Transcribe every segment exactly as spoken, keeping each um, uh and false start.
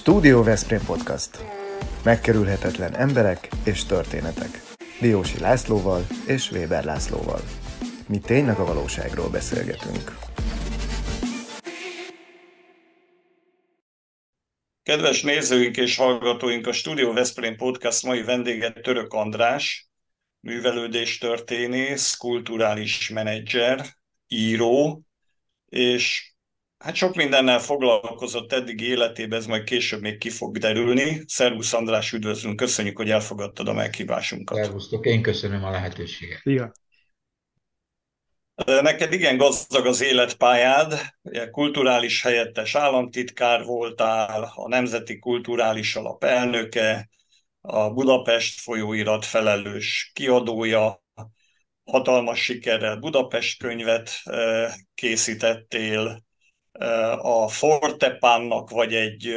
Stúdió Veszprém Podcast. Megkerülhetetlen emberek és történetek. Diósi Lászlóval és Weber Lászlóval. Mi tényleg a valóságról beszélgetünk. Kedves nézőink és hallgatóink, a Stúdió Veszprém Podcast mai vendége Török András, művelődéstörténész, kulturális menedzser, író, és hát sok mindennel foglalkozott eddig életében, ez majd később még ki fog derülni. Szervusz András, üdvözlünk, köszönjük, hogy elfogadtad a meghívásunkat. Szervusztok, én köszönöm a lehetőséget. Szia! Neked igen gazdag az életpályád, kulturális helyettes államtitkár voltál, a Nemzeti Kulturális Alap elnöke, a Budapest folyóirat felelős kiadója, hatalmas sikerrel Budapest könyvet készítettél, a Fortepánnak vagy egy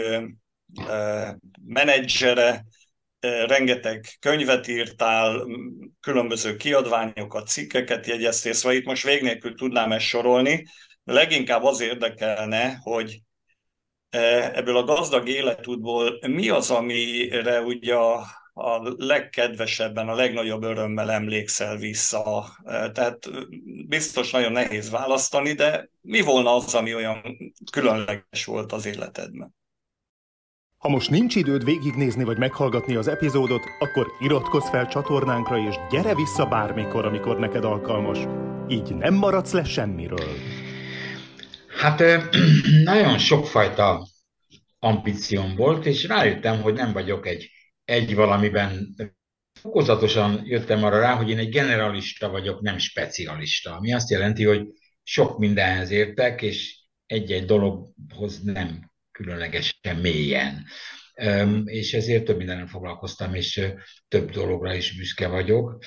menedzsere, rengeteg könyvet írtál, különböző kiadványokat, cikkeket jegyeztél, szóval itt most vég nélkül tudnám ezt sorolni, de leginkább az érdekelne, hogy ebből a gazdag életútból mi az, amire ugye a, a legkedvesebben, a legnagyobb örömmel emlékszel vissza. Tehát biztos nagyon nehéz választani, de mi volna az, ami olyan különleges volt az életedben? Ha most nincs időd végignézni vagy meghallgatni az epizódot, akkor iratkozz fel csatornánkra és gyere vissza bármikor, amikor neked alkalmas. Így nem maradsz le semmiről. Hát nagyon sokfajta ambícióm volt, és rájöttem, hogy nem vagyok egy, egy valamiben. Fokozatosan jöttem arra rá, hogy én egy generalista vagyok, nem specialista. Ami azt jelenti, hogy sok mindenhez értek, és egy-egy dologhoz nem különlegesen mélyen. És ezért több mindenen foglalkoztam, és több dologra is büszke vagyok.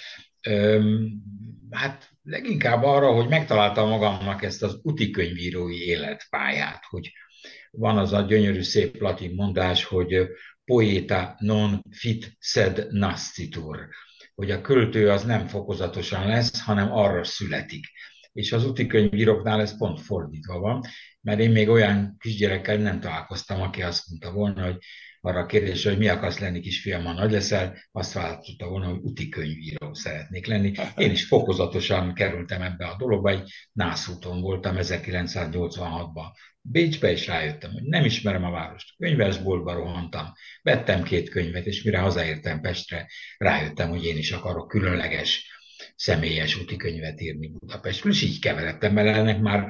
Hát leginkább arra, hogy megtaláltam magamnak ezt az utikönyvírói életpályát, hogy van az a gyönyörű szép latin mondás, hogy poeta non fit sed nascitur, hogy a költő az nem fokozatosan lesz, hanem arra születik. És az utikönyvíróknál ez pont fordítva van, mert én még olyan kisgyerekkel nem találkoztam, aki azt mondta volna, hogy arra a kérdésre, hogy mi akarsz lenni, kisfiam, ha nagy leszel, azt választotta volna, hogy utikönyvíró szeretnék lenni. Én is fokozatosan kerültem ebbe a dologba, egy nászúton voltam ezerkilencszáznyolcvanhatban Bécsbe, és rájöttem, hogy nem ismerem a várost. Könyvesboltba rohantam, vettem két könyvet, és mire hazaértem Pestre, rájöttem, hogy én is akarok különleges, személyes utikönyvet írni Budapestről, és így keveredtem bele, ennek már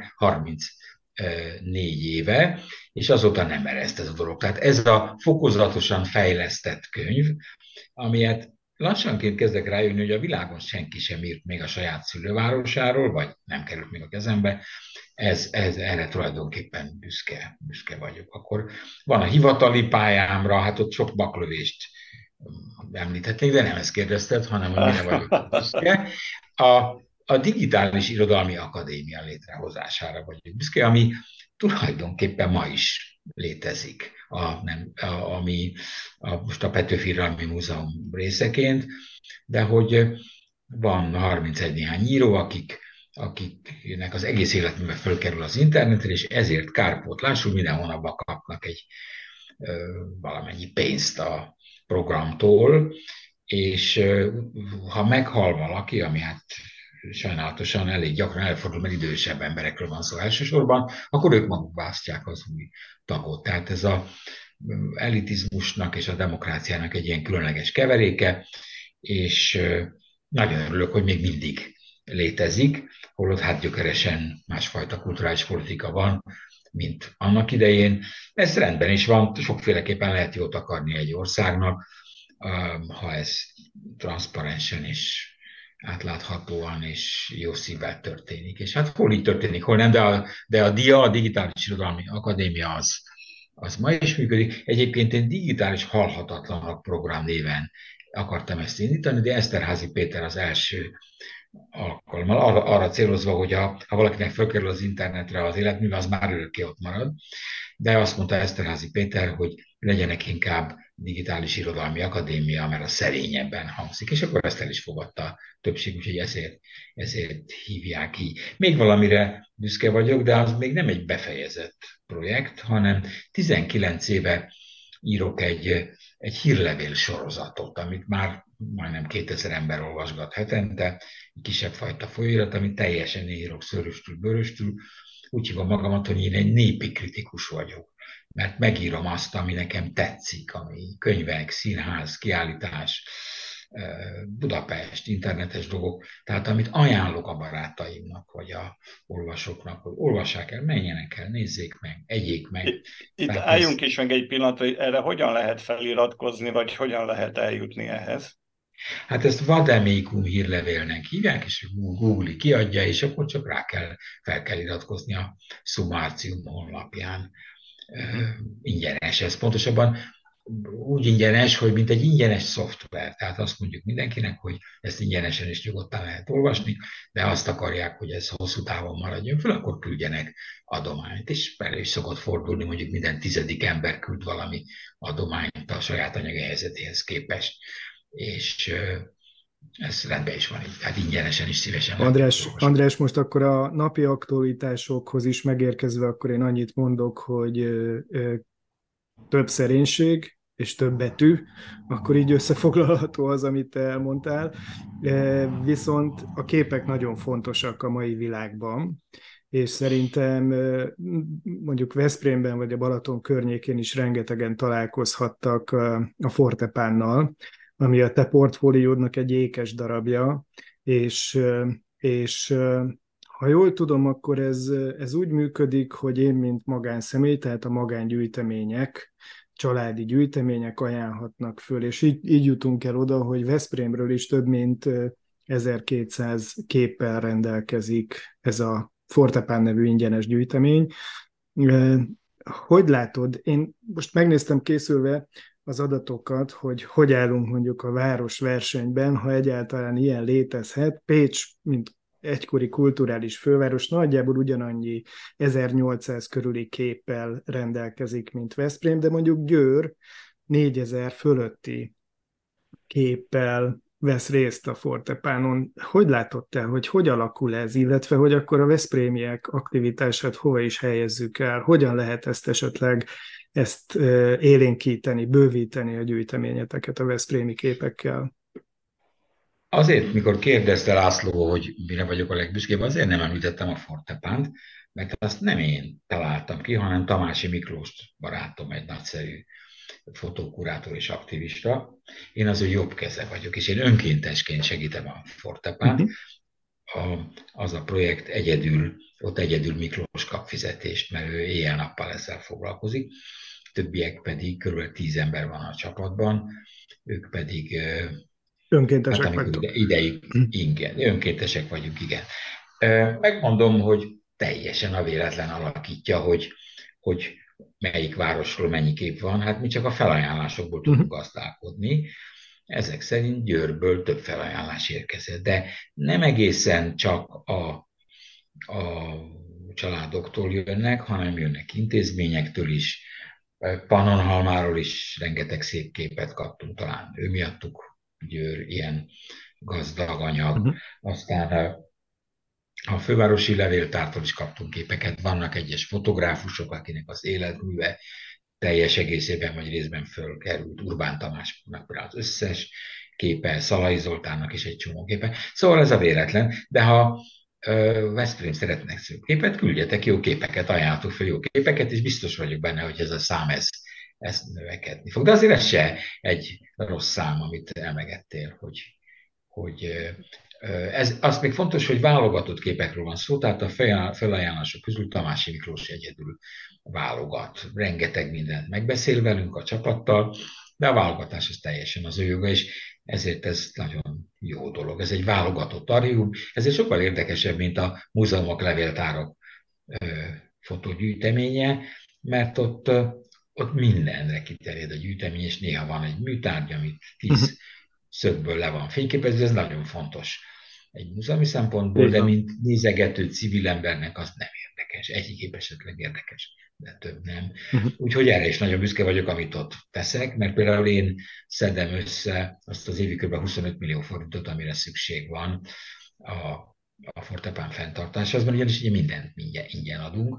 harmincnégy éve, és azóta nem ereszt ez a dolog. Tehát ez a fokozatosan fejlesztett könyv, amilyet lassanként kezdek rájönni, hogy a világon senki sem írt még a saját szülővárosáról, vagy nem került még a kezembe, ez, ez, erre tulajdonképpen büszke, büszke vagyok. Akkor van a hivatali pályámra, hát ott sok baklövést említhetnék, de nem ezt kérdezted, hanem hogy mire vagyok büszke. A, a Digitális Irodalmi Akadémia létrehozására vagyok büszke, ami tulajdonképpen ma is létezik, a, nem, a, ami a, most a Petőfi Irodalmi Múzeum részeként, de hogy van harmincegy néhány író, akik, akiknek az egész életműve fölkerül az internetre, és ezért kárpótlásul minden hónapban kapnak egy ö, valamennyi pénzt a programtól, és ö, ha meghal valaki, ami hát sajnálatosan elég gyakran előfordul, mert idősebb emberekről van szó elsősorban, akkor ők maguk választják az új tagot. Tehát ez az elitizmusnak és a demokráciának egy ilyen különleges keveréke, és nagyon örülök, hogy még mindig létezik, holott hát gyökeresen másfajta kulturális politika van, mint annak idején. Ez rendben is van, sokféleképpen lehet jót akarni egy országnak, ha ez transzparensen és átláthatóan és jó szívvel történik. És hát hol így történik, hol nem, de a, de a DIA, a Digitális Irodalmi Akadémia az, az ma is működik. Egyébként én digitális halhatatlanok program néven akartam ezt indítani, de Eszterházy Péter az első alkalommal arra, arra célozva, hogy ha, ha valakinek fölkerül az internetre az életműve, az már örökké ott marad. De azt mondta Eszterházy Péter, hogy legyenek inkább Digitális Irodalmi Akadémia, mert a szerényebben hangzik, és akkor ezt el is fogadta a többség, úgyhogy ezért, ezért hívják ki. Még valamire büszke vagyok, de az még nem egy befejezett projekt, hanem tizenkilenc éve írok egy, egy hírlevél sorozatot, amit már majdnem kétezer ember olvasgat hetente, egy kisebb fajta folyóirat, amit teljesen írok szöröstül, bőröstül. Úgy hívom magamat, hogy én egy népi kritikus vagyok, mert megírom azt, ami nekem tetszik, ami könyvek, színház, kiállítás, Budapest, internetes dolgok, tehát amit ajánlok a barátaimnak, vagy a olvasóknak, hogy olvassák el, menjenek el, nézzék meg, egyék meg. Itt, itt Tehát álljunk ez, is meg egy pillanat, hogy erre hogyan lehet feliratkozni, vagy hogyan lehet eljutni ehhez. hát ezt Vademecum hírlevélnek hívják, és Google kiadja, és akkor csak rá kell, fel kell iratkozni a Summartium honlapján. Uh, ingyenes ez. Pontosabban úgy ingyenes, hogy mint egy ingyenes szoftver. Tehát azt mondjuk mindenkinek, hogy ezt ingyenesen is nyugodtan lehet olvasni, de azt akarják, hogy ez hosszú távon maradjon föl, akkor küldjenek adományt. És elő is szokott fordulni, mondjuk minden tizedik ember küld valami adományt a saját anyagi helyzetéhez képest. És ez rendben is van így, hát ingyenesen is szívesen. András, András, most akkor a napi aktualitásokhoz is megérkezve, akkor én annyit mondok, hogy ö, ö, több szerénység és több betű, akkor így összefoglalható az, amit te elmondtál. E, viszont a képek nagyon fontosak a mai világban, és szerintem mondjuk Veszprémben vagy a Balaton környékén is rengetegen találkozhattak a Fortepánnal, ami a te portfóliódnak egy ékes darabja, és, és ha jól tudom, akkor ez, ez úgy működik, hogy én, mint magánszemély, tehát a magángyűjtemények, családi gyűjtemények ajánlhatnak föl, és így, így jutunk el oda, hogy Veszprémről is több mint ezerkétszáz képpel rendelkezik ez a Fortepán nevű ingyenes gyűjtemény. Hogy látod? Én most megnéztem készülve az adatokat, hogy hogy állunk mondjuk a városversenyben, ha egyáltalán ilyen létezhet. Pécs, mint egykori kulturális főváros, nagyjából ugyanannyi ezernyolcszáz körüli képpel rendelkezik, mint Veszprém, de mondjuk Győr négyezer fölötti képpel vesz részt a Fortepánon. Hogy látod te, hogy hogy alakul ez, illetve hogy akkor a veszprémiek aktivitását hova is helyezzük el? Hogyan lehet ezt esetleg ezt élénkíteni, bővíteni a gyűjteményeteket a veszprémi képekkel? Azért, mikor kérdezte László, hogy mire vagyok a legbüszkébb, azért nem említettem a Fortepánt, mert azt nem én találtam ki, hanem Tamási Miklós barátom, egy nagyszerű fotókurátor és aktivista. Én az ő jobb keze vagyok, és én önkéntesként segítem a Fortepánt. Uh-huh. A, az a projekt egyedül, ott egyedül Miklós kap fizetést, mert ő éjjel-nappal ezzel foglalkozik. Többiek pedig, körülbelül tíz ember van a csapatban, ők pedig önkéntesek hát, vagytok. Ide, ideig, igen, önkéntesek vagyunk, igen. Megmondom, hogy teljesen a véletlen alakítja, hogy, hogy melyik városról mennyi kép van, hát mi csak a felajánlásokból tudunk uh-huh. gazdálkodni. Ezek szerint Győrből több felajánlás érkezett, de nem egészen csak a, a családoktól jönnek, hanem jönnek intézményektől is. Pannonhalmáról is rengeteg szép képet kaptunk, talán ő miattuk Győr ilyen gazdag anyag. Uh-huh. Aztán a fővárosi levéltártól is kaptunk képeket. Vannak egyes fotográfusok, akinek az életműve teljes egészében vagy részben fölkerült. Urbán Tamásnak például az összes képe, Szalai Zoltánnak is egy csomó képe. Szóval ez a véletlen, de ha Veszprém szeretnek szép képet, küldjetek jó képeket, ajánlatok fel jó képeket, és biztos vagyok benne, hogy ez a szám ez, ez növekedni fog. De azért ez se egy rossz szám, amit emlegettél, hogy, hogy ez, az még fontos, hogy válogatott képekről van szó, tehát a felajánlások közül Tamási Miklós egyedül válogat. Rengeteg mindent megbeszél velünk a csapattal, de a válogatás az teljesen az ő joga, és ezért ez nagyon jó dolog. Ez egy válogatott archívum, ezért sokkal érdekesebb, mint a múzeumok, levéltárok fotógyűjteménye, mert ott, ott mindenre kiterjed a gyűjtemény, és néha van egy műtárgy, amit tíz szögből le van fényképezve, ez nagyon fontos egy múzeumi szempontból, de mint nézegető civil embernek az nem érdekes. Egyik kép esetleg érdekes, de több nem. Uh-huh. Úgyhogy erre is nagyon büszke vagyok, amit ott teszek, mert például én szedem össze azt az évi kb. huszonöt millió forintot, amire szükség van a, a Fortepán fenntartásában, ugyanis ugye mindent ingyen adunk,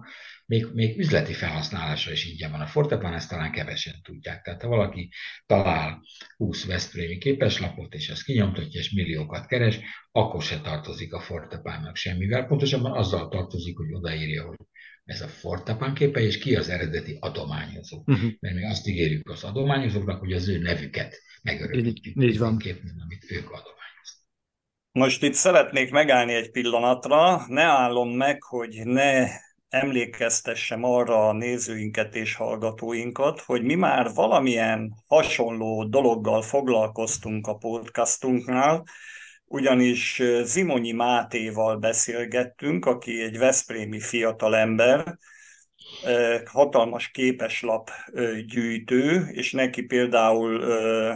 még, még üzleti felhasználásra is ingyen van. A Fortepan, ezt talán kevesen tudják. Tehát ha valaki talál húsz veszprémi képeslapot, és azt kinyomtatja, és milliókat keres, akkor se tartozik a Fortepánnak semmivel. Pontosabban azzal tartozik, hogy odaírja, hogy ez a Fortepan képe, és ki az eredeti adományozó. Uh-huh. Mert mi azt ígérjük az adományozóknak, hogy az ő nevüket megörökítjük Így, így van. képen, amit ők adományoznak. Most itt szeretnék megállni egy pillanatra, ne állom meg, hogy ne emlékeztessem arra a nézőinket és hallgatóinkat, hogy mi már valamilyen hasonló dologgal foglalkoztunk a podcastunknál, ugyanis Zimonyi Mátéval beszélgettünk, aki egy veszprémi fiatalember, hatalmas képeslap gyűjtő, és neki például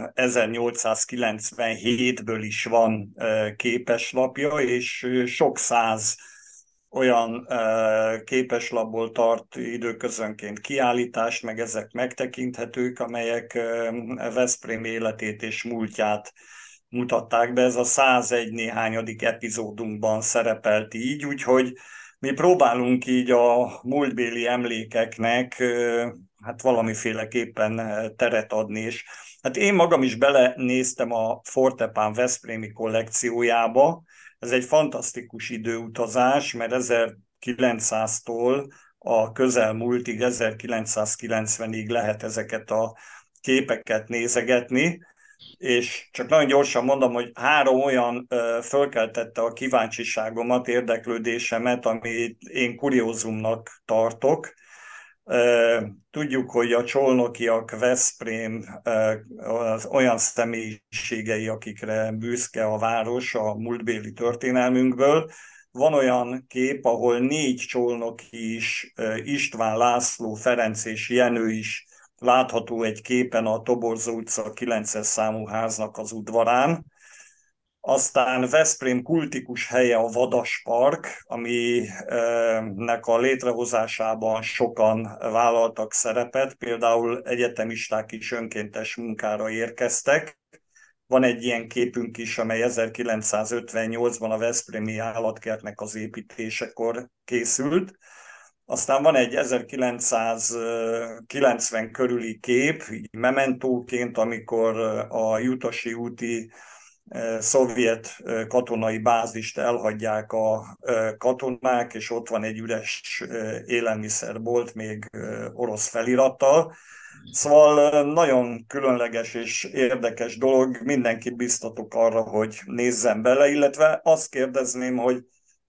ezernyolcszázkilencvenhétből is van képeslapja, és sok száz olyan képeslapból tart időközönként kiállítást, meg ezek megtekinthetők, amelyek Veszprém életét és múltját mutatták be. Ez a százegy néhányadik epizódunkban szerepelt így, úgyhogy mi próbálunk így a múltbéli emlékeknek hát valamiféleképpen teret adni, és hát én magam is belenéztem a Fortepan veszprémi kollekciójába. Ez egy fantasztikus időutazás, mert ezerkilencszáztól a közelmúltig, ezerkilencszázkilencvenig lehet ezeket a képeket nézegetni, és csak nagyon gyorsan mondom, hogy három olyan ö, fölkeltette a kíváncsiságomat, érdeklődésemet, amit én kuriózumnak tartok. Ö, tudjuk, hogy a csolnokiak, Veszprém ö, az olyan személyiségei, akikre büszke a város a múltbéli történelmünkből. Van olyan kép, ahol négy csolnoki is, István, László, Ferenc és Jenő is látható egy képen a Toborzó utca kilences számú háznak az udvarán. Aztán Veszprém kultikus helye a Vadaspark, aminek a létrehozásában sokan vállaltak szerepet, például egyetemisták is önkéntes munkára érkeztek. Van egy ilyen képünk is, amely ezerkilencszázötvennyolcban a Veszprémi állatkertnek az építésekor készült. Aztán van egy ezerkilencszázkilencven körüli kép, így mementóként, amikor a Jutasi úti szovjet katonai bázist elhagyják a katonák, és ott van egy üres élelmiszerbolt, még orosz felirattal. Szóval nagyon különleges és érdekes dolog, mindenkit biztatok arra, hogy nézzen bele, illetve azt kérdezném, hogy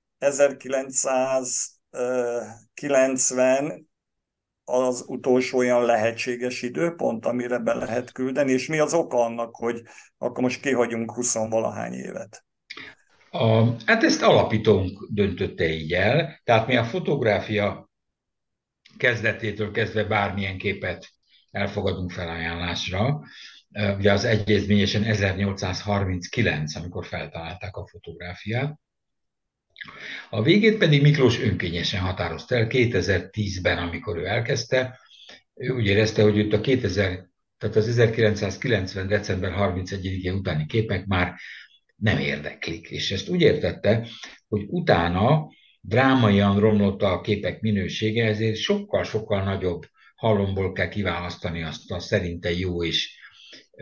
ezerkilencszázkilencven az utolsó olyan lehetséges időpont, amire be lehet küldeni, és mi az oka annak, hogy akkor most kihagyunk huszonvalahány évet? A, hát ezt alapítónk döntötte így el, tehát mi a fotográfia kezdetétől kezdve bármilyen képet elfogadunk felajánlásra. Ugye az egyezményesen ezernyolcszázharminckilenc, amikor feltalálták a fotográfiát. A végét pedig Miklós önkényesen határozta el kétezer-tízben, amikor ő elkezdte. Ő úgy érezte, hogy őt a kétezer, tehát az ezerkilencszázkilencven. december harmincegyedike utáni képek már nem érdeklik. És ezt úgy értette, hogy utána drámaian romlott a képek minősége, ezért sokkal-sokkal nagyobb halomból kell kiválasztani azt a szerinte jó és ö,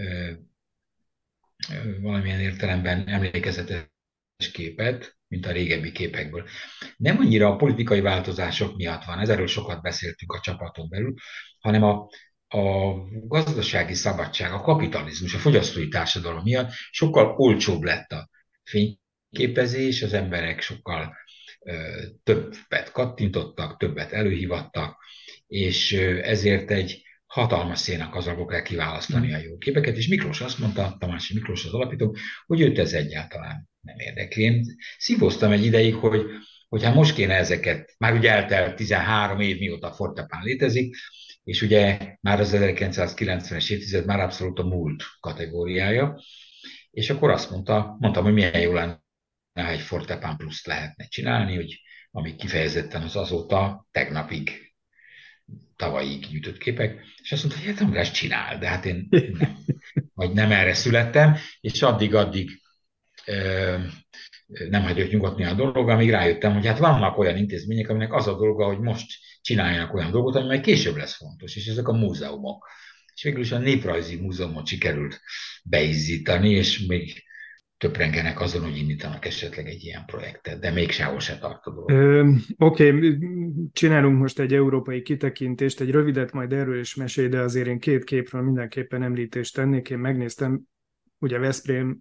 ö, valamilyen értelemben emlékezetes képet, mint a régebbi képekből. Nem annyira a politikai változások miatt van, ezerről sokat beszéltünk a csapaton belül, hanem a, a gazdasági szabadság, a kapitalizmus, a fogyasztói társadalom miatt sokkal olcsóbb lett a fényképezés, az emberek sokkal ö, többet kattintottak, többet előhívattak, és ö, ezért egy hatalmas szénakazagból kell kiválasztani a jó képeket, és Miklós azt mondta, Tamási Miklós az alapító, hogy őt ez egyáltalán nem érdekli. Én szívoztam egy ideig, hogy, hogy hát most kéne ezeket, már ugye eltelt tizenhárom év, mióta a Fortepan létezik, és ugye már az ezerkilencszázkilencvenes évtized már abszolút a múlt kategóriája, és akkor azt mondta, mondtam, hogy milyen jó lenne, ha egy Fortepan pluszt lehetne csinálni, hogy amíg kifejezetten az azóta tegnapig tavalyig gyűjtött képek, és azt mondta, hogy hát András csinál, de hát én nem, vagy nem erre születtem, és addig-addig ö, nem hagyott nyugodni a dolog, amíg rájöttem, hogy hát vannak olyan intézmények, aminek az a dolga, hogy most csináljanak olyan dolgot, ami majd később lesz fontos, és ezek a múzeumok. És végül is a Néprajzi Múzeumot sikerült beizzítani, és még töprengenek azon, hogy indítanak esetleg egy ilyen projektet, de még sehol se tart a dolog. Oké, okay. Csinálunk most egy európai kitekintést, egy rövidet majd erről is mesélj, de azért én két képről mindenképpen említést tennék. Én megnéztem, ugye Veszprém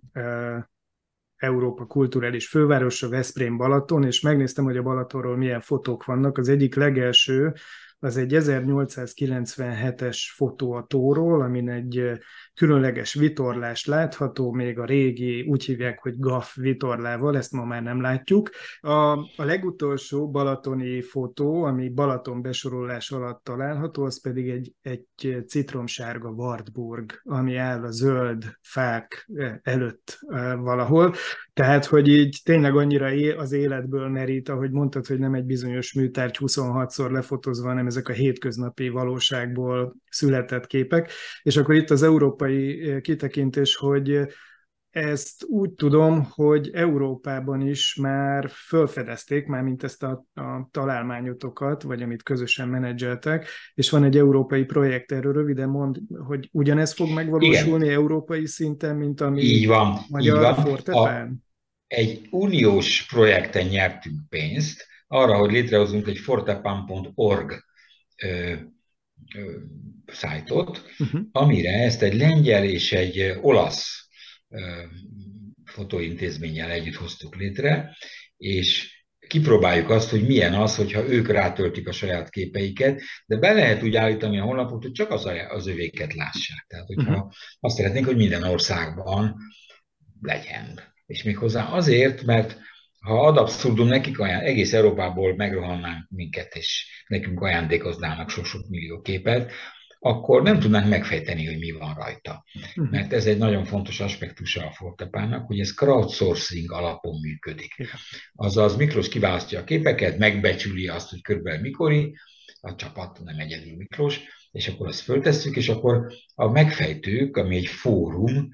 Európa kulturális fővárosa, Veszprém Balaton, és megnéztem, hogy a Balatonról milyen fotók vannak. Az egyik legelső, az egy ezernyolcszázkilencvenhetes fotó a tóról, amin egy különleges vitorlás látható, még a régi, úgy hívják, hogy gaff vitorlával, ezt ma már nem látjuk. A, a legutolsó balatoni fotó, ami Balaton besorolás alatt található, az pedig egy, egy citromsárga Wartburg, ami áll a zöld fák előtt valahol. Tehát, hogy így tényleg annyira az életből merít, ahogy mondtad, hogy nem egy bizonyos műtárgy huszonhatszor lefotózva, hanem ezek a hétköznapi valóságból született képek. És akkor itt az európai kitekintés, hogy ezt úgy tudom, hogy Európában is már felfedezték, már mint ezt a, a találmányotokat, vagy amit közösen menedzseltek, és van egy európai projekt, erről röviden mond, hogy ugyanez fog megvalósulni Igen. európai szinten, mint ami így van, magyar így van. Fortepán? A, egy uniós projekten nyertünk pénzt, arra, hogy létrehozunk egy fortepan pont org ö, ö, szájtot, uh-huh. amire ezt egy lengyel és egy olasz ö, fotóintézménnyel együtt hoztuk létre, és kipróbáljuk azt, hogy milyen az, hogyha ők rátöltik a saját képeiket, de be lehet úgy állítani a honlapot, hogy csak az, az övéket lássák. Tehát, hogyha uh-huh. azt szeretnénk, hogy minden országban legyen. És méghozzá azért, mert ha ad abszurdum nekik ajánl, egész Európából megrohannánk minket, és nekünk ajándékoznának sok-sok millió képet, akkor nem tudnánk megfejteni, hogy mi van rajta. Uh-huh. Mert ez egy nagyon fontos aspektusa a Fortepánnak, hogy ez crowdsourcing alapon működik. Uh-huh. Azaz Miklós kiválasztja a képeket, megbecsüli azt, hogy körülbelül mikori, a csapat, nem egyedül Miklós, és akkor azt föltesszük, és akkor a megfejtők, ami egy fórum,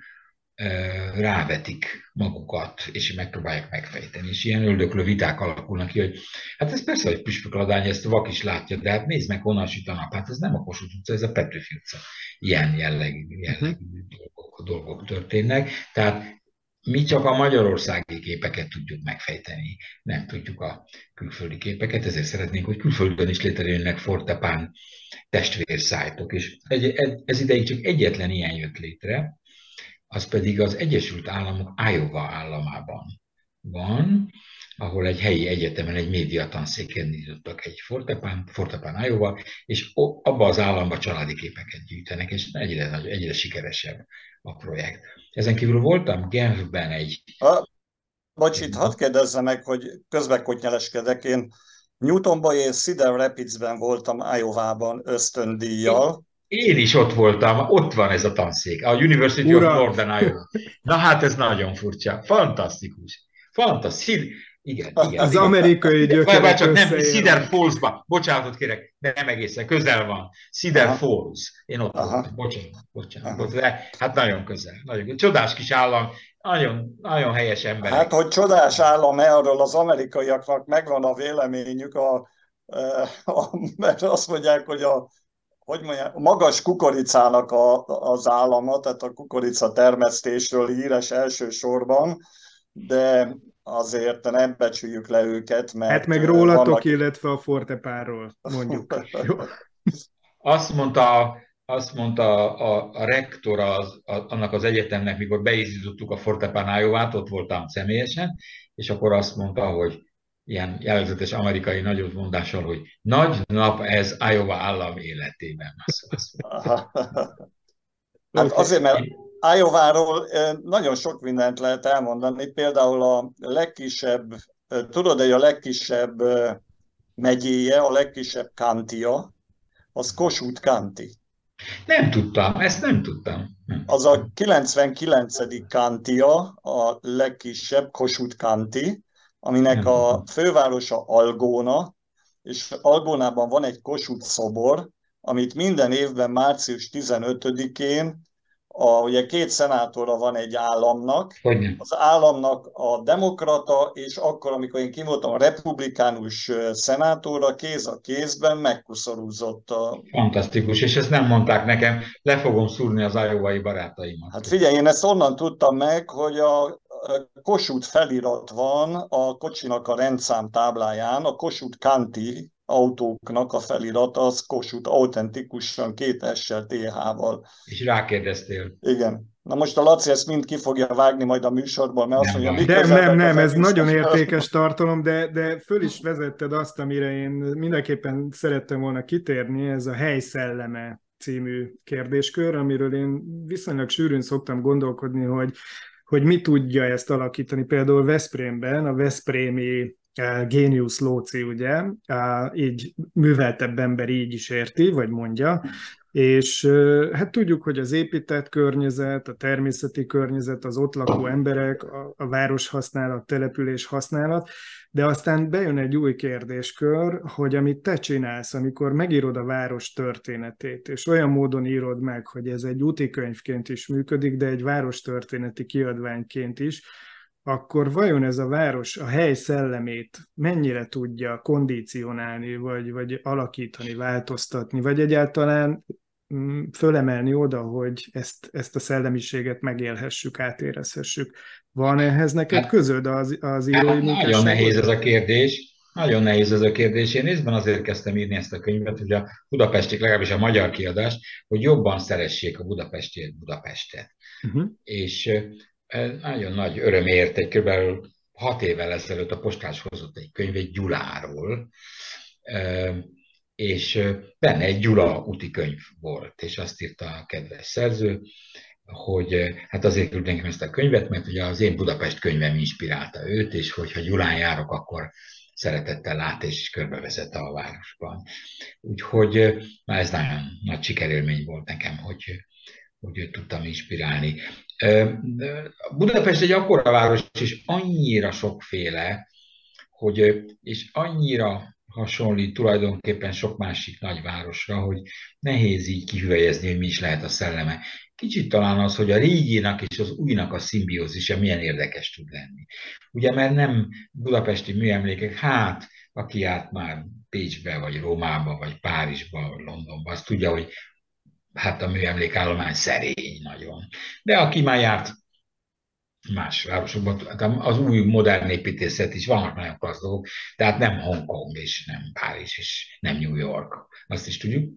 rávetik magukat, és megpróbálják megfejteni. És ilyen öldöklő viták alakulnak ki, hogy hát ez persze, hogy püspökladány, ezt a vak is látja, de hát nézd meg, honnan süt a nap. Hát ez nem a Kossuth utca, ez a Petőfi utca. Ilyen jellegű, jellegű dolgok, dolgok történnek. Tehát mi csak a magyarországi képeket tudjuk megfejteni, nem tudjuk a külföldi képeket, ezért szeretnénk, hogy külföldön is létrejönnek Fortepán testvérszájtok. És ez ideig csak egyetlen ilyen jött létre, az pedig az Egyesült Államok Iowa államában van, ahol egy helyi egyetemen egy médiatanszéken nyitottak egy Fortepán, Fortepán Iowa, és abba az államba családi képeket gyűjtenek, és egyre, egyre sikeresebb a projekt. Ezen kívül voltam Genfben egy... A, bocs, itt hadd kérdezze meg, hogy közbekotnyeleskedek. Én Newtonban és Cedar Rapidsben voltam Iowában ösztöndíjjal. Én is ott voltam, ott van ez a tanszék, a University Ura. of Northern Iowa. Na hát ez nagyon furcsa, fantasztikus. Fantasztikus. Igen, igen. Az igen. amerikai gyökerek csak nem, Cedar Falls-ba, bocsánatot kérek, de nem egészen, közel van. Cedar Aha. Falls, én ott voltam, bocsánat, bocsánat. Aha. De, hát nagyon közel, nagyon csodás kis állam, nagyon, nagyon helyes emberek. Hát, hogy csodás állam, arról az amerikaiaknak megvan a véleményük, a, a, mert azt mondják, hogy a hogy mondják, magas kukoricának a, az állama, tehát a kukorica termesztésről híres elsősorban, de azért nem becsüljük le őket, mert... Hát meg rólatok, vannak... illetve a Fortepánról, mondjuk. Azt mondta, azt mondta a, a rektor az, a, annak az egyetemnek, mikor beizítottuk a Fortepán Iowát, ott voltam személyesen, és akkor azt mondta, hogy ilyen jellegzetes amerikai nagymondással, hogy nagy nap ez Iowa állam életében. Azt, azt hát azért, mert Iowa-ról nagyon sok mindent lehet elmondani. Például a legkisebb, tudod, hogy a legkisebb megyéje, a legkisebb county-ja, az Kossuth County. Nem tudtam, ezt nem tudtam. Az a kilencvenkilencedik county-ja, a legkisebb Kossuth County, aminek a fővárosa Algona, és Algonában van egy Kossuth szobor, amit minden évben március tizenötödikén A, ugye két szenátora van egy államnak, Hogyne. az államnak a demokrata, és akkor, amikor én kim voltam a republikánus szenátora, kéz a kézben megkuszorúzott a... Fantasztikus, és ezt nem mondták nekem, le fogom szúrni az iowai barátaimat. Hát figyelj, én ezt onnan tudtam meg, hogy a Kossuth felirat van a kocsinak a rendszám tábláján, a Kossuth County autóknak a felirat, az Kossuth autentikusan két S-sel, té há-val. És rákérdeztél. Igen. Na most a Laci ezt mind ki fogja vágni majd a műsorban, mert azt mondja, nem, nem, nem, ez nagyon értékes tartalom, de, de föl is vezetted azt, amire én mindenképpen szerettem volna kitérni, ez a helyszelleme című kérdéskör, amiről én viszonylag sűrűn szoktam gondolkodni, hogy, hogy mi tudja ezt alakítani. Például Veszprémben a veszprémi Génius Lóci, ugye, így műveltebb ember így is érti, vagy mondja, és hát tudjuk, hogy az épített környezet, a természeti környezet, az ott lakó emberek, a, a város használat, település használat, de aztán bejön egy új kérdéskör, hogy amit te csinálsz, amikor megírod a város történetét, és olyan módon írod meg, hogy ez egy útikönyvként is működik, de egy várostörténeti kiadványként is, akkor vajon ez a város a hely szellemét mennyire tudja kondicionálni, vagy, vagy alakítani, változtatni, vagy egyáltalán fölemelni oda, hogy ezt, ezt a szellemiséget megélhessük, átérezhessük. Van ehhez neked hát, közöd az, az írói munkásságod? Nagyon nehéz ez a kérdés. Nagyon nehéz ez a kérdés. Én részben azért kezdtem írni ezt a könyvet, hogy a budapestik, legalábbis a magyar kiadást, hogy jobban szeressék a budapestiet, Budapestet. Uh-huh. És nagyon nagy örömért, egy kb. hat évvel ezelőtt a Postás hozott egy könyv egy Gyuláról, és benne egy Gyula úti könyv volt, és azt írta a kedves szerző, hogy hát azért küldtem nekem ezt a könyvet, mert ugye az én Budapest könyvem inspirálta őt, és hogyha Gyulán járok, akkor szeretettel lát és körbevezette a városban. Úgyhogy már ez nagyon nagy sikerélmény volt nekem, hogy, hogy őt tudtam inspirálni. Budapest egy akkora város, és annyira sokféle, hogy, és annyira hasonlít tulajdonképpen sok másik nagyvárosra, hogy nehéz így kihüvelyezni, hogy mi is lehet a szelleme. Kicsit talán az, hogy a réginak és az újnak a szimbiózisa milyen érdekes tud lenni. Ugye, mert nem budapesti műemlékek, hát aki járt már Pécsbe, vagy Rómába, vagy Párizsba, vagy Londonba, az tudja, hogy hát a műemlékállomány szerény nagyon. De aki már járt más városokban, az új modern építészet is, vannak nagyon klassz dolgok, tehát nem Hongkong, és nem Párizs, és nem New York. Azt is tudjuk.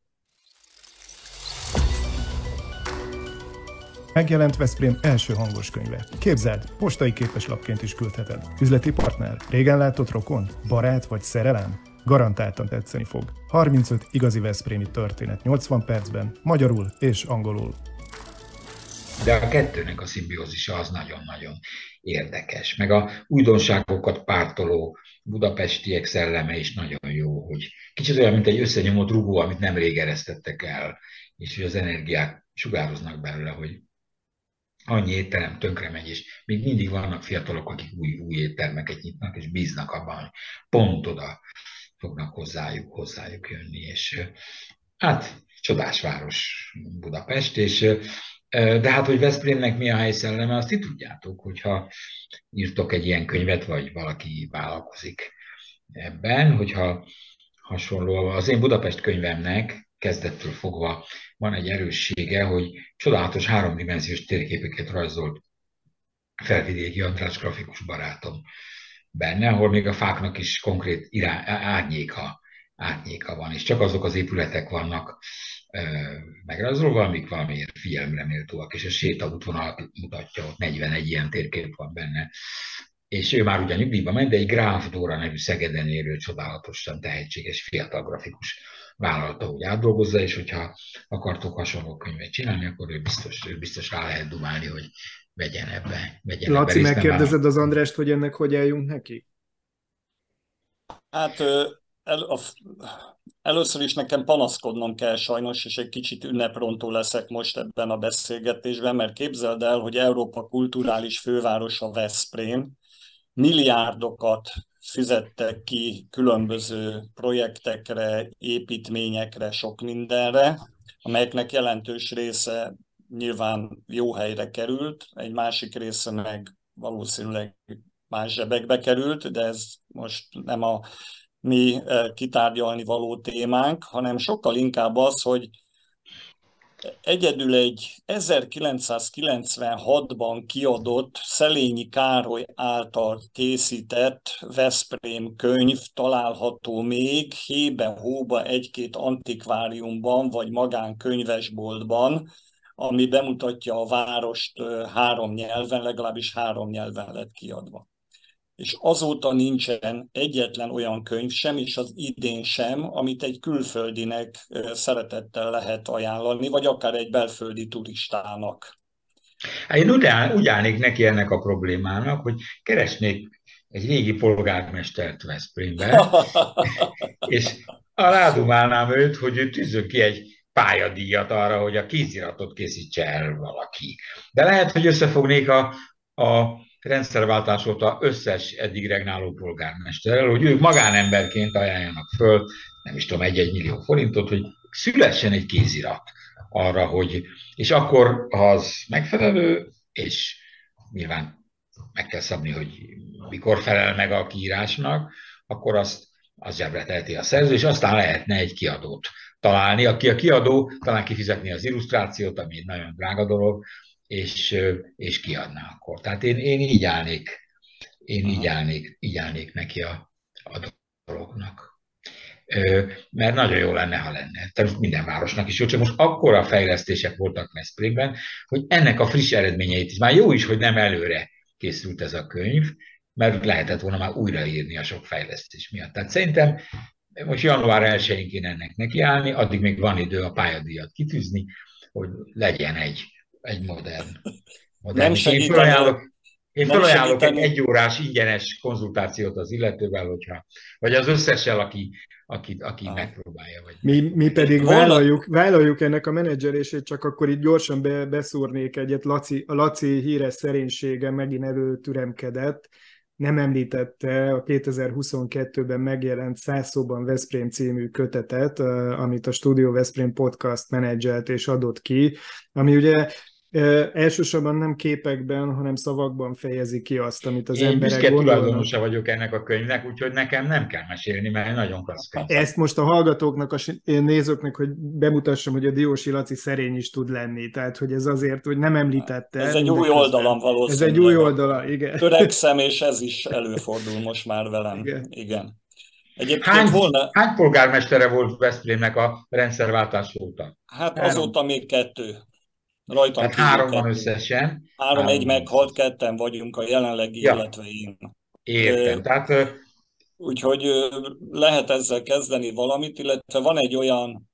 Megjelent Veszprém első hangos könyve. Képzeld, postai képeslapként is küldheted. Üzleti partner? Régen látott rokon? Barát vagy szerelem? Garantáltan tetszeni fog. harmincöt igazi veszprémi történet nyolcvan percben, magyarul és angolul. De a kettőnek a szimbiózisa az nagyon-nagyon érdekes. Meg a újdonságokat pártoló budapestiek szelleme is nagyon jó, hogy kicsit olyan, mint egy összenyomott rugó, amit nemrég eresztettek el, és hogy az energiák sugároznak belőle, hogy annyi étterem tönkre megy, és még mindig vannak fiatalok, akik új, új éttermeket nyitnak, és bíznak abban, hogy pont oda fognak hozzájuk, hozzájuk jönni. És hát csodás város Budapest, és de hát, hogy Veszprémnek mi a helyszelleme, azt ti tudjátok, hogyha írtok egy ilyen könyvet, vagy valaki vállalkozik ebben, hogyha hasonló. Az én Budapest könyvemnek kezdettől fogva van egy erőssége, hogy csodálatos háromdimenziós térképeket rajzolt Felvidéki András grafikus barátom benne, ahol még a fáknak is konkrét irány, árnyéka, árnyéka van, és csak azok az épületek vannak megrajzolva, amik valamiért figyelemre méltóak, és a sétaútvonalat mutatja, ott negyvenegy ilyen térkép van benne. És ő már ugyan nyugdíjba ment, de egy Gráf Dóra nevű Szegeden élő, csodálatosan tehetséges fiatal grafikus vállalta, hogy átdolgozza, és hogyha akartok hasonló könyvet csinálni, akkor ő biztos, ő biztos rá lehet dumálni, hogy vegyen ebbe. Vegyen Laci, ebbe megkérdezed az Andrást, hogy ennek hogy álljunk neki? Hát el, a, először is nekem panaszkodnom kell sajnos, és egy kicsit ünneprontó leszek most ebben a beszélgetésben, mert képzeld el, hogy Európa kulturális fővárosa Veszprém, milliárdokat fizettek ki különböző projektekre, építményekre, sok mindenre, amelyeknek jelentős része nyilván jó helyre került, egy másik része meg valószínűleg más zsebekbe került, de ez most nem a mi kitárgyalni való témánk, hanem sokkal inkább az, hogy egyedül egy ezerkilencszázkilencvenhatban kiadott Szelényi Károly által készített Veszprém könyv található még hébe-hóba egy-két antikváriumban vagy magánkönyvesboltban, ami bemutatja a várost három nyelven, legalábbis három nyelven lett kiadva. És azóta nincsen egyetlen olyan könyv sem, és az idén sem, amit egy külföldinek szeretettel lehet ajánlani, vagy akár egy belföldi turistának. Én úgy, áll, úgy állnék neki ennek a problémának, hogy keresnék egy régi polgármestert Veszprémbe, és rádumálnám őt, hogy ő tűzön ki egy pályadíjat arra, hogy a kéziratot készítse el valaki. De lehet, hogy összefognék a, a rendszerváltás óta összes eddig regnáló polgármesterrel, hogy ők magánemberként ajánljanak föl, nem is tudom, egy-egy millió forintot, hogy szülessen egy kézirat arra, hogy, és akkor, ha az megfelelő, és nyilván meg kell szabni, hogy mikor felel meg a kiírásnak, akkor azt, azt zsebre teheti a szerző, és aztán lehetne egy kiadót találni, aki a kiadó talán kifizetni az illusztrációt, ami egy nagyon drága dolog, és, és kiadná akkor. Tehát én, én így állnék, én így állnék, így állnék neki a, a dolognak. Mert nagyon jó lenne, ha lenne. Tehát minden városnak is jó, csak most akkora fejlesztések voltak Veszprémben, hogy ennek a friss eredményeit is. Már jó is, hogy nem előre készült ez a könyv, mert lehetett volna már újraírni a sok fejlesztés miatt. Tehát szerintem most január elsején kéne ennek nekiállni, addig még van idő a pályadíjat kitűzni, hogy legyen egy, egy modern. modern. Nem Én felajánlok, én felajánlok egy egyórás ingyenes konzultációt az illetővel, hogyha, vagy az összessel, aki, aki, aki ah. megpróbálja. Vagy... Mi, mi pedig vállaljuk, vállaljuk ennek a menedzserését, csak akkor itt gyorsan be, beszúrnék egyet. Laci, a Laci híres szerénysége megint előtüremkedett. Nem említette a kétezer-huszonkettőben megjelent Száz szóban Veszprém című kötetet, amit a Studio Veszprém Podcast menedzselt és adott ki, ami ugye elsősorban nem képekben, hanem szavakban fejezi ki azt, amit az Én emberek gondolnak. Én tulajdonosa vagyok ennek a könyvnek, úgyhogy nekem nem kell mesélni, mert nagyon klassz könyv. Ezt most a hallgatóknak, a nézőknek, hogy bemutassam, hogy a Diósi Laci szerény is tud lenni. Tehát, hogy ez azért, hogy nem említette. Ez egy új oldalam valószínűleg. Ez egy új oldala, igen. Törekszem, és ez is előfordul most már velem. Igen. igen. Hány, volna... hány polgármestere volt Veszprémnek a rendszerváltás óta? Hát három. Azóta még kettő. Rajtam hát három van összesen. Három, három egy meghalt, ketten vagyunk a jelenlegi, ja. illetve én. Értem. Tehát, úgyhogy lehet ezzel kezdeni valamit, illetve van egy olyan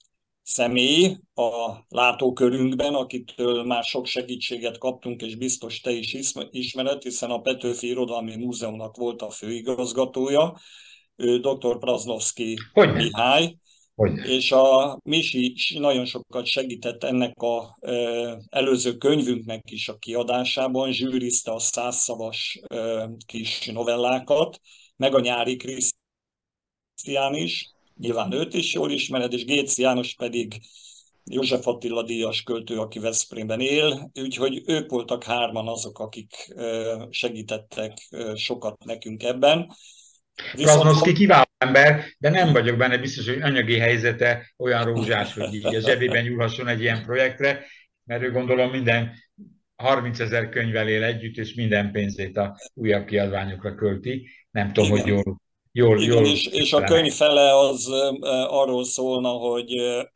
személy a látókörünkben, akitől már sok segítséget kaptunk, és biztos te is ismered, hiszen a Petőfi Irodalmi Múzeumnak volt a főigazgatója, ő dr. Praznovszky Mihály, Hogyne. És a Misi nagyon sokat segített ennek az előző könyvünknek is a kiadásában, zsűrizte a százszavas kis novellákat, meg a Nyári Krisztián is, nyilván őt is jól ismered, és Gécz János pedig József Attila díjas költő, aki Veszprémben él, úgyhogy ők voltak hárman azok, akik segítettek sokat nekünk ebben. Praznovszky kiváló ember, de nem vagyok benne biztos, hogy anyagi helyzete olyan rózsás, hogy így a zsebében nyúlhasson egy ilyen projektre, mert ő gondolom minden harmincezer könyvvel él együtt, és minden pénzét a újabb kiadványokra költi. Nem tudom, Igen. hogy jól... jól, Igen, jól és, és a könyv fele az arról szólna, hogy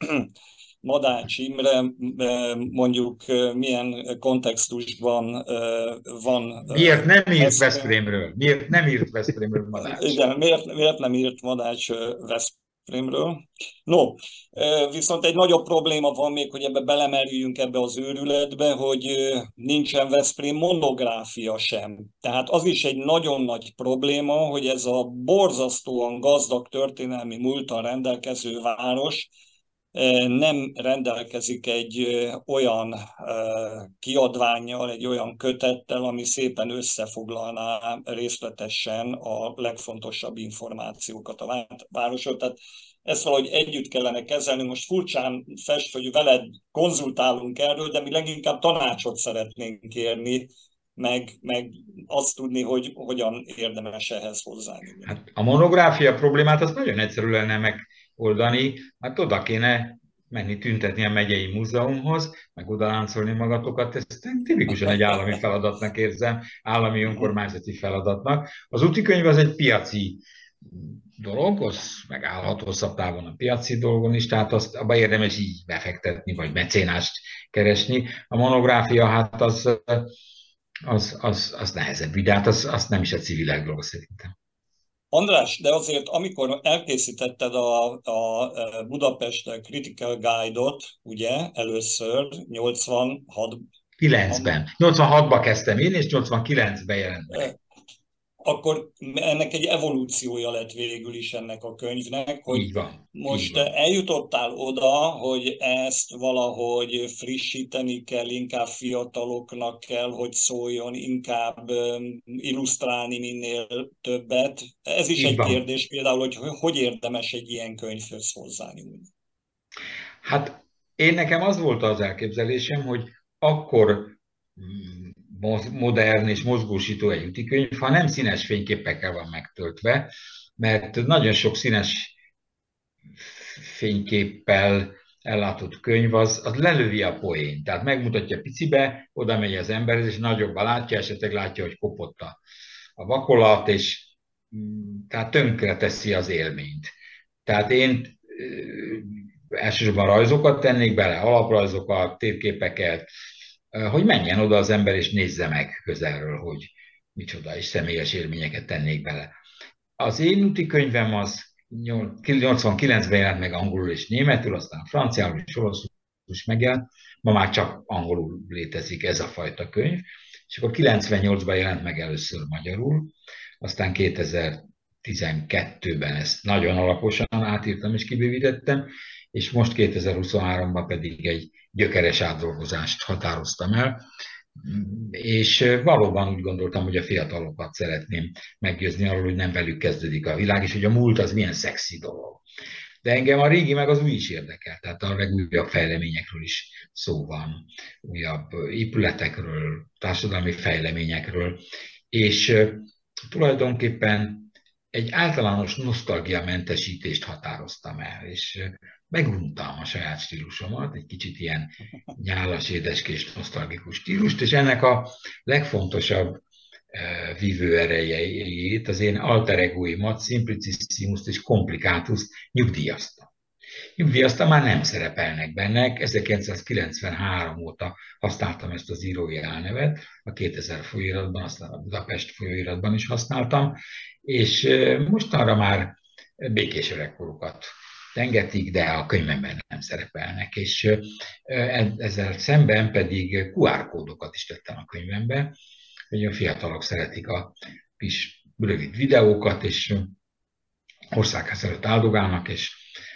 Madács Imre mondjuk milyen kontextusban van... Miért nem írt Veszprémről? Miért nem írt Veszprémről Madács? Igen, miért, miért nem írt Madács Veszprémről? No, viszont egy nagyobb probléma van még, hogy ebbe belemerüljünk ebbe az őrületbe, hogy nincsen Veszprém monográfia sem. Tehát az is egy nagyon nagy probléma, hogy ez a borzasztóan gazdag történelmi múlttal rendelkező város nem rendelkezik egy olyan kiadványjal, egy olyan kötettel, ami szépen összefoglalná részletesen a legfontosabb információkat a városról. Tehát ezt valahogy együtt kellene kezelni. Most furcsán fest, hogy veled konzultálunk erről, de mi leginkább tanácsot szeretnénk kérni, meg, meg azt tudni, hogy hogyan érdemes ehhez hozzányúlni. Hát a monográfia problémát az nagyon egyszerű lenne megoldani, hát oda kéne menni tüntetni a megyei múzeumhoz, meg oda láncolni magatokat, ezt tipikusan egy állami feladatnak érzem, állami önkormányzati feladatnak. Az útikönyv az egy piaci dolog, az megállhat hosszabb távon a piaci dolgon is, tehát azt abba érdemes így befektetni, vagy mecénást keresni. A monográfia, hát az, az, az, az nehezebb, de hát az, az nem is a civilek dolog szerintem. András, de azért amikor elkészítetted a, a Budapest Critical Guide-ot, ugye, először nyolcvanhat kilencben. nyolcvanhatban kezdtem én, és nyolcvankilencben jelent meg. Akkor ennek egy evolúciója lett végül is ennek a könyvnek, hogy így van, most így van. eljutottál oda, hogy ezt valahogy frissíteni kell, inkább fiataloknak kell, hogy szóljon, inkább illusztrálni minél többet. Ez is így egy van. kérdés például, hogy hogy érdemes egy ilyen könyvhöz hozzányúlni. Hát én nekem az volt az elképzelésem, hogy akkor modern és mozgósító egy útikönyv, ha nem színes fényképekkel van megtöltve, mert nagyon sok színes fényképpel ellátott könyv, az, az lelövi a poént. Tehát megmutatja picibe, oda megy az ember, és nagyobban látja, esetleg látja, hogy kopott a, a vakolat, és tehát tönkre teszi az élményt. Tehát én elsősorban rajzokat tennék bele, alaprajzokat, térképeket, hogy menjen oda az ember és nézze meg közelről, hogy micsoda, és személyes élményeket tennék bele. Az én úti könyvem az nyolcvankilencben jelent meg angolul és németül, aztán franciául és olaszul is megjelent, ma már csak angolul létezik ez a fajta könyv, és akkor kilencvennyolcban jelent meg először magyarul, aztán kétezer-tizenkettőben ezt nagyon alaposan átírtam és kibővítettem, és most kétezer-huszonháromban pedig egy gyökeres átdolgozást határoztam el, és valóban úgy gondoltam, hogy a fiatalokat szeretném meggyőzni arról, hogy nem velük kezdődik a világ, és hogy a múlt az milyen szexi dolog. De engem a régi meg az új is érdekel, tehát a legújabb fejleményekről is szó van, újabb épületekről, társadalmi fejleményekről, és tulajdonképpen egy általános nosztalgiamentesítést határoztam el, és meguntam a saját stílusomat, egy kicsit ilyen nyálas, édeskés, nosztalgikus stílust, és ennek a legfontosabb vívő erejeit, az én alter egoimat, Simplicissimus és Complicatus nyugdíjaztam. Nyugdíjaztam, már nem szerepelnek benne, ezerkilencszázkilencvenhárom óta használtam ezt az írói álnevet, a kétezer folyóiratban, aztán a Budapest folyóiratban is használtam, és mostanra már békés öregkorukat tengetik, de a könyvemben nem szerepelnek, és ezzel szemben pedig kú ár kódokat is tettem a könyvembe, hogy a fiatalok szeretik a kis rövid videókat, és országház előtt áldogálnak, és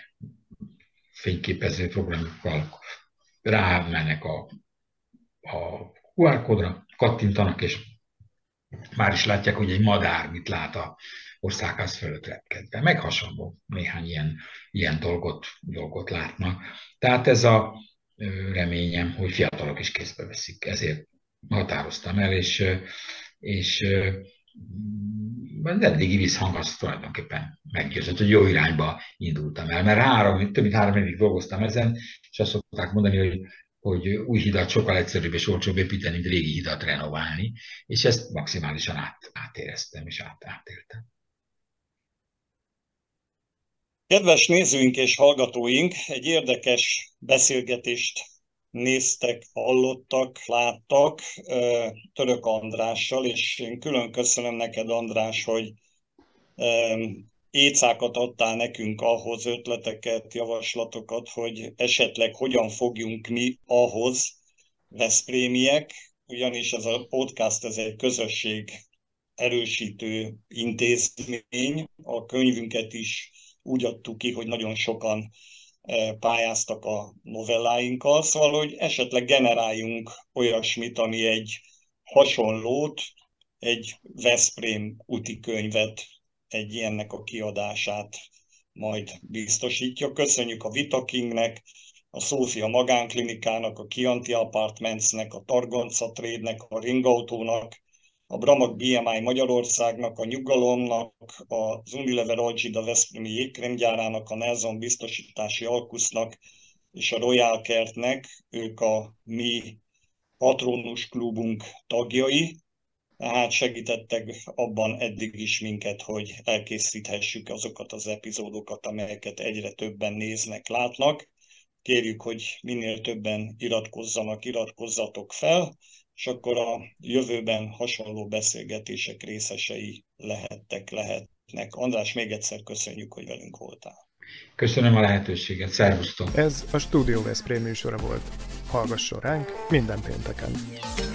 fényképező programokkal rámennek a, a kú ár kódra, kattintanak, és már is látják, hogy egy madár mit lát a országház fölött repkedve. Meg hasonló néhány ilyen, ilyen dolgot, dolgot látnak. Tehát ez a reményem, hogy fiatalok is kézbe veszik. Ezért határoztam el, és, és az eddigi visszhang az tulajdonképpen meggyőzött, hogy jó irányba indultam el. Mert három, több mint három évig dolgoztam ezen, és azt szokták mondani, hogy hogy új hidat sokkal egyszerűbb és olcsóbb építeni, mint régi hidat renoválni, és ezt maximálisan át, átéreztem és át, átéltem. Kedves nézőink és hallgatóink, egy érdekes beszélgetést néztek, hallottak, láttak Török Andrással, és én külön köszönöm neked, András, hogy écákat adtál nekünk ahhoz, ötleteket, javaslatokat, hogy esetleg hogyan fogjunk mi ahhoz, veszprémiek, ugyanis ez a podcast, ez egy közösség erősítő intézmény. A könyvünket is úgy adtuk ki, hogy nagyon sokan pályáztak a novelláinkkal, szóval, hogy esetleg generáljunk olyasmit, ami egy hasonlót, egy Veszprém úti könyvet, egy ilyennek a kiadását majd biztosítja. Köszönjük a Vitakingnek, a Szófia Magánklinikának, a Chianti Apartmentsnek, a Targonca Trade-nek, a Ringautónak, a Bramag bé em i Magyarországnak, a Nyugalomnak, az Unilever Algida Veszprémi jégkrémgyárának, a Nelson Biztosítási Alkusznak és a Royal Kertnek, ők a mi patronus klubunk tagjai, tehát segítettek abban eddig is minket, hogy elkészíthessük azokat az epizódokat, amelyeket egyre többen néznek, látnak. Kérjük, hogy minél többen iratkozzanak, iratkozzatok fel, és akkor a jövőben hasonló beszélgetések részesei lehettek, lehetnek. András, még egyszer köszönjük, hogy velünk voltál. Köszönöm a lehetőséget, szervusztok! Ez a Stúdió Veszprém műsora volt. Hallgasson ránk minden pénteken!